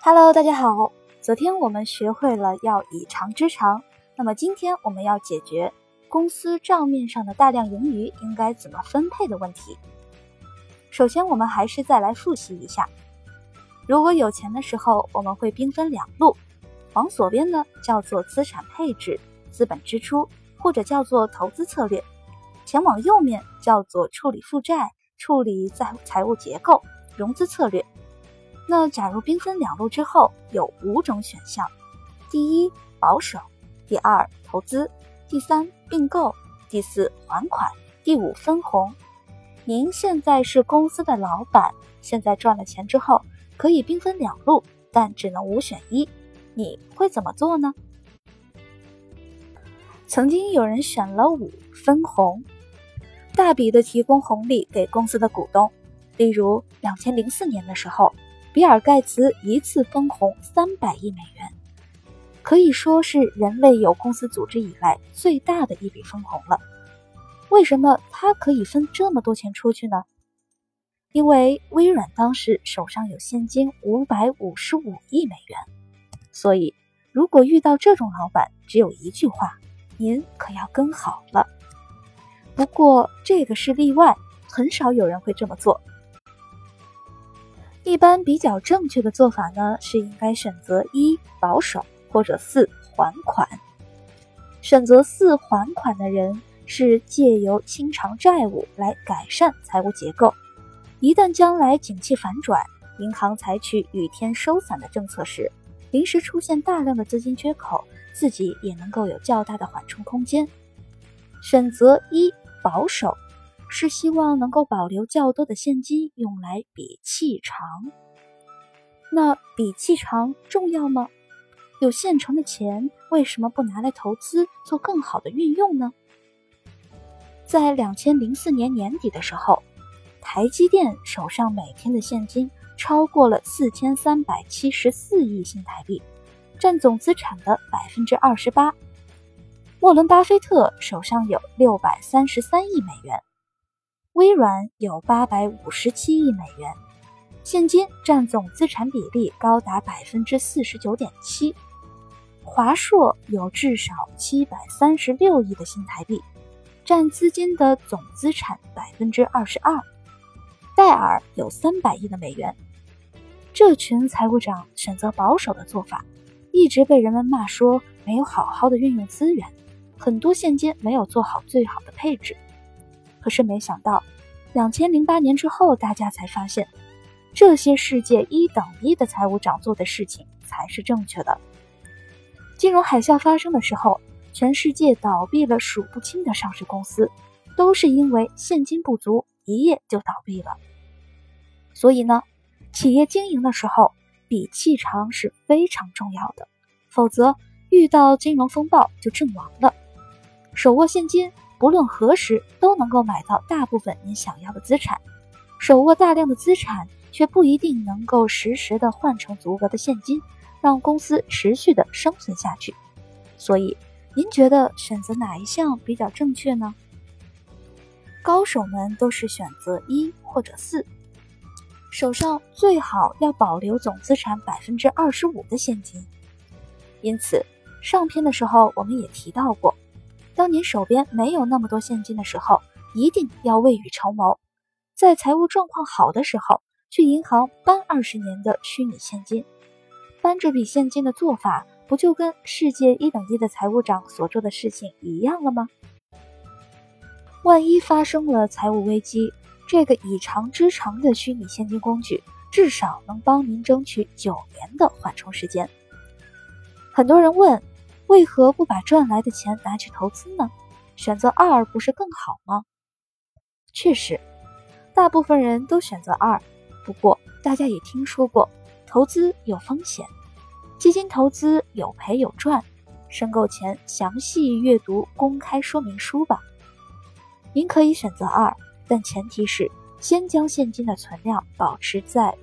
Hello， 大家好。昨天我们学会了要以长支长，那么今天我们要解决公司账面上的大量盈余应该怎么分配的问题。首先，我们还是再来复习一下。如果有钱的时候，我们会兵分两路，往左边呢叫做资产配置、资本支出，或者叫做投资策略；前往右面叫做处理负债、处理财务结构、融资策略。那假如兵分两路之后，有5种选项：第一，保守；第二，投资；第三，并购；第四，还款；第五，分红。您现在是公司的老板，现在赚了钱之后，可以兵分两路，但只能5选1，你会怎么做呢？曾经有人选了5，分红，大笔的提供红利给公司的股东。例如2004年的时候，比尔盖茨一次分红300亿美元，可以说是人类有公司组织以来最大的一笔分红了。为什么他可以分这么多钱出去呢？因为微软当时手上有现金555亿美元，所以如果遇到这种老板，只有一句话：您可要跟好了。不过这个是例外，很少有人会这么做。一般比较正确的做法呢，是应该选择1，保守，或者4，还款。选择4，还款的人是借由清偿债务来改善财务结构。一旦将来景气反转，银行采取雨天收伞的政策时，临时出现大量的资金缺口，自己也能够有较大的缓冲空间。选择1，保守，是希望能够保留较多的现金用来比气长。那比气长重要吗？有现成的钱，为什么不拿来投资做更好的运用呢？在2004年年底的时候，台积电手上每天的现金超过了4374亿新台币，占总资产的28%。沃伦巴菲特手上有633亿美元，微软有857亿美元，现金占总资产比例高达 49.7%。华硕有至少736亿的新台币，占资金的总资产 22%。戴尔有300亿的美元。这群财务长选择保守的做法，一直被人们骂说没有好好的运用资源，很多现金没有做好最好的配置。可是没想到2008年之后，大家才发现，这些世界1等1的财务长做的事情才是正确的。金融海啸发生的时候，全世界倒闭了数不清的上市公司，都是因为现金不足，一夜就倒闭了。所以呢，企业经营的时候，比气长是非常重要的，否则遇到金融风暴就阵亡了。手握现金，不论何时都能够买到大部分您想要的资产，手握大量的资产却不一定能够实时的换成足额的现金，让公司持续的生存下去。所以您觉得选择哪一项比较正确呢？高手们都是选择1或者4，手上最好要保留总资产 25% 的现金。因此上篇的时候我们也提到过，当您手边没有那么多现金的时候，一定要未雨绸缪，在财务状况好的时候，去银行搬20年的虚拟现金。搬这笔现金的做法，不就跟世界1等1的财务长所做的事情一样了吗？万一发生了财务危机，这个以长支长的虚拟现金工具，至少能帮您争取9年的缓冲时间。很多人问，为何不把赚来的钱拿去投资呢？选择2不是更好吗？确实，大部分人都选择2，不过大家也听说过，投资有风险，基金投资有赔有赚，申购前详细阅读公开说明书吧。您可以选择2，但前提是先将现金的存量保持在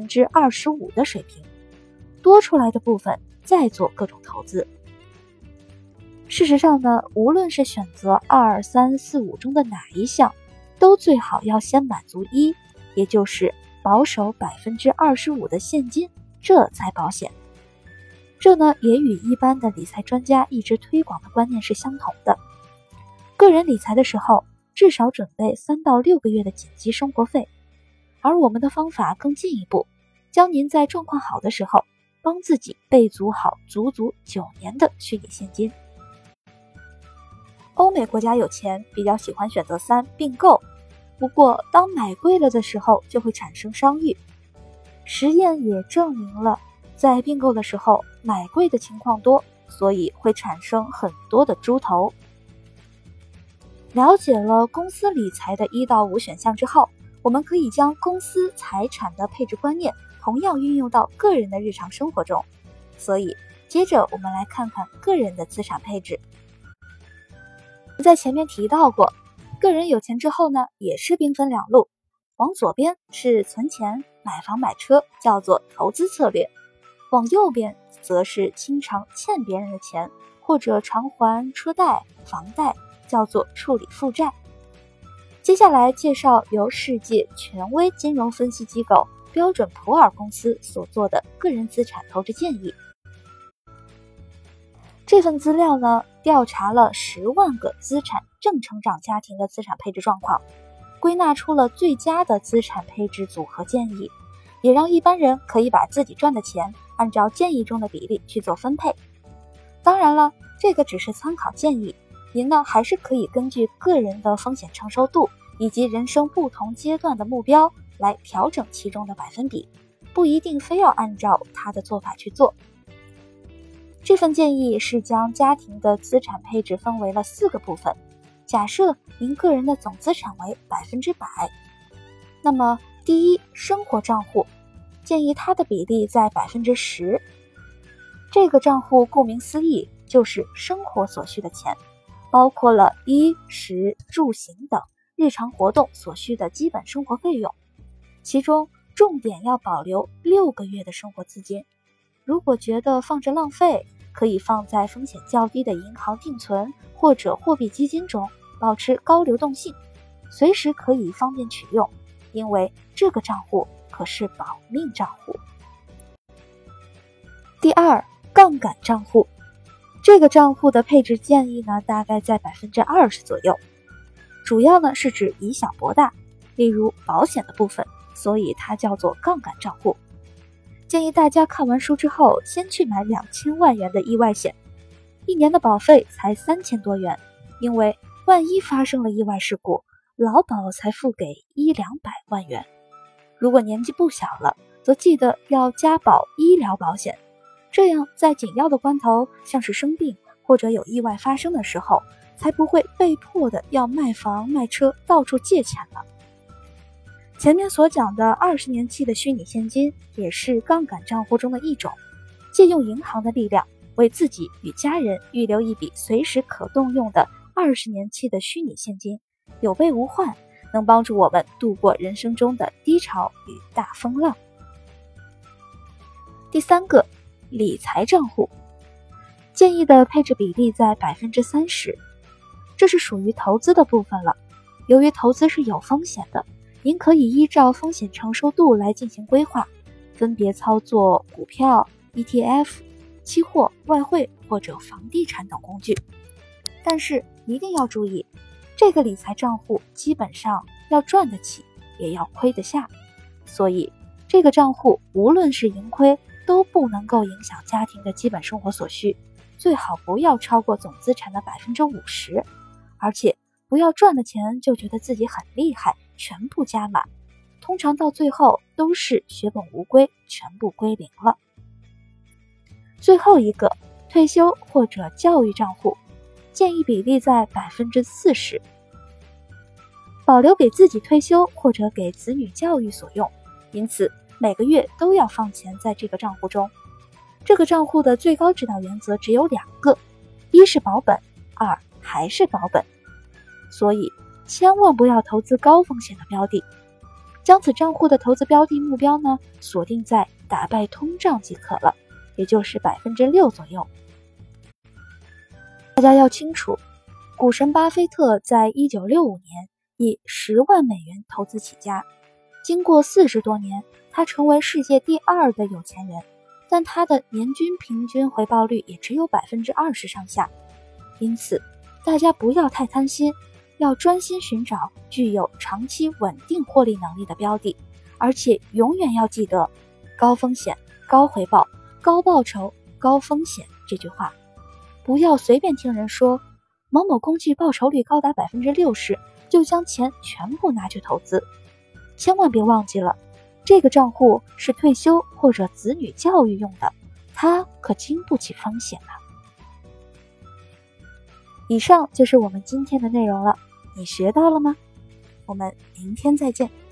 25% 的水平，多出来的部分再做各种投资。事实上呢，无论是选择2、3、4、5中的哪一项，都最好要先满足1，也就是保守 25% 的现金， 这才保险。这呢，也与一般的理财专家一直推广的观念是相同的。个人理财的时候，至少准备3到6个月的紧急生活费，而我们的方法更进一步，教您在状况好的时候，帮自己备足好足足9年的虚拟现金。欧美国家有钱比较喜欢选择3并购，不过当买贵了的时候就会产生商誉。实验也证明了，在并购的时候买贵的情况多，所以会产生很多的猪头。了解了公司理财的1到5选项之后，我们可以将公司财产的配置观念同样运用到个人的日常生活中。所以接着我们来看看个人的资产配置。在前面提到过，个人有钱之后呢，也是兵分2路，往左边是存钱、买房买车，叫做投资策略，往右边则是经常欠别人的钱，或者偿还车贷、房贷，叫做处理负债。接下来介绍由世界权威金融分析机构标准普尔公司所做的个人资产投资建议。这份资料呢，调查了10万个资产正成长家庭的资产配置状况，归纳出了最佳的资产配置组合建议，也让一般人可以把自己赚的钱按照建议中的比例去做分配。当然了，这个只是参考建议，您呢还是可以根据个人的风险承受度以及人生不同阶段的目标来调整其中的百分比，不一定非要按照他的做法去做。这份建议是将家庭的资产配置分为了4个部分。假设您个人的总资产为100%，那么第一，生活账户，建议它的比例在10%。这个账户顾名思义，就是生活所需的钱，包括了衣食住行等日常活动所需的基本生活费用，其中重点要保留6个月的生活资金。如果觉得放着浪费，可以放在风险较低的银行定存或者货币基金中，保持高流动性，随时可以方便取用，因为这个账户可是保命账户。第二，杠杆账户，这个账户的配置建议呢，大概在20%左右，主要呢是指以小博大，例如保险的部分，所以它叫做杠杆账户。建议大家看完书之后，先去买2000万元的意外险，1年的保费才3000多元，因为万一发生了意外事故，劳保才付给100-200万元。如果年纪不小了，则记得要加保医疗保险，这样在紧要的关头，像是生病或者有意外发生的时候，才不会被迫的要卖房卖车，到处借钱了。前面所讲的20年期的虚拟现金也是杠杆账户中的一种，借用银行的力量，为自己与家人预留一笔随时可动用的20年期的虚拟现金，有备无患，能帮助我们度过人生中的低潮与大风浪。第3个，理财账户，建议的配置比例在30%，这是属于投资的部分了。由于投资是有风险的，您可以依照风险承受度来进行规划，分别操作股票、ETF、期货、外汇或者房地产等工具。但是一定要注意，这个理财账户基本上要赚得起，也要亏得下，所以这个账户无论是盈亏，都不能够影响家庭的基本生活所需，最好不要超过总资产的50%，而且不要赚的钱就觉得自己很厉害，全部加码，通常到最后都是血本无归，全部归零了。最后一个，退休或者教育账户，建议比例在40%，保留给自己退休或者给子女教育所用，因此每个月都要放钱在这个账户中。这个账户的最高指导原则只有2个，一是保本，2还是保本。所以千万不要投资高风险的标的，将此账户的投资标的目标呢锁定在打败通胀即可了，也就是6%左右。大家要清楚，股神巴菲特在1965年以10万美元投资起家，经过40多年，他成为世界第2的有钱人， 但它的年均平均回报率也只有20%上下。因此，大家不要太贪心，要专心寻找具有长期稳定获利能力的标的，而且永远要记得高风险、高回报、高报酬、高风险这句话。不要随便听人说某某公寓报酬率高达60%，就将钱全部拿去投资。千万别忘记了，这个账户是退休或者子女教育用的，它可经不起风险啊。以上就是我们今天的内容了，你学到了吗？我们明天再见。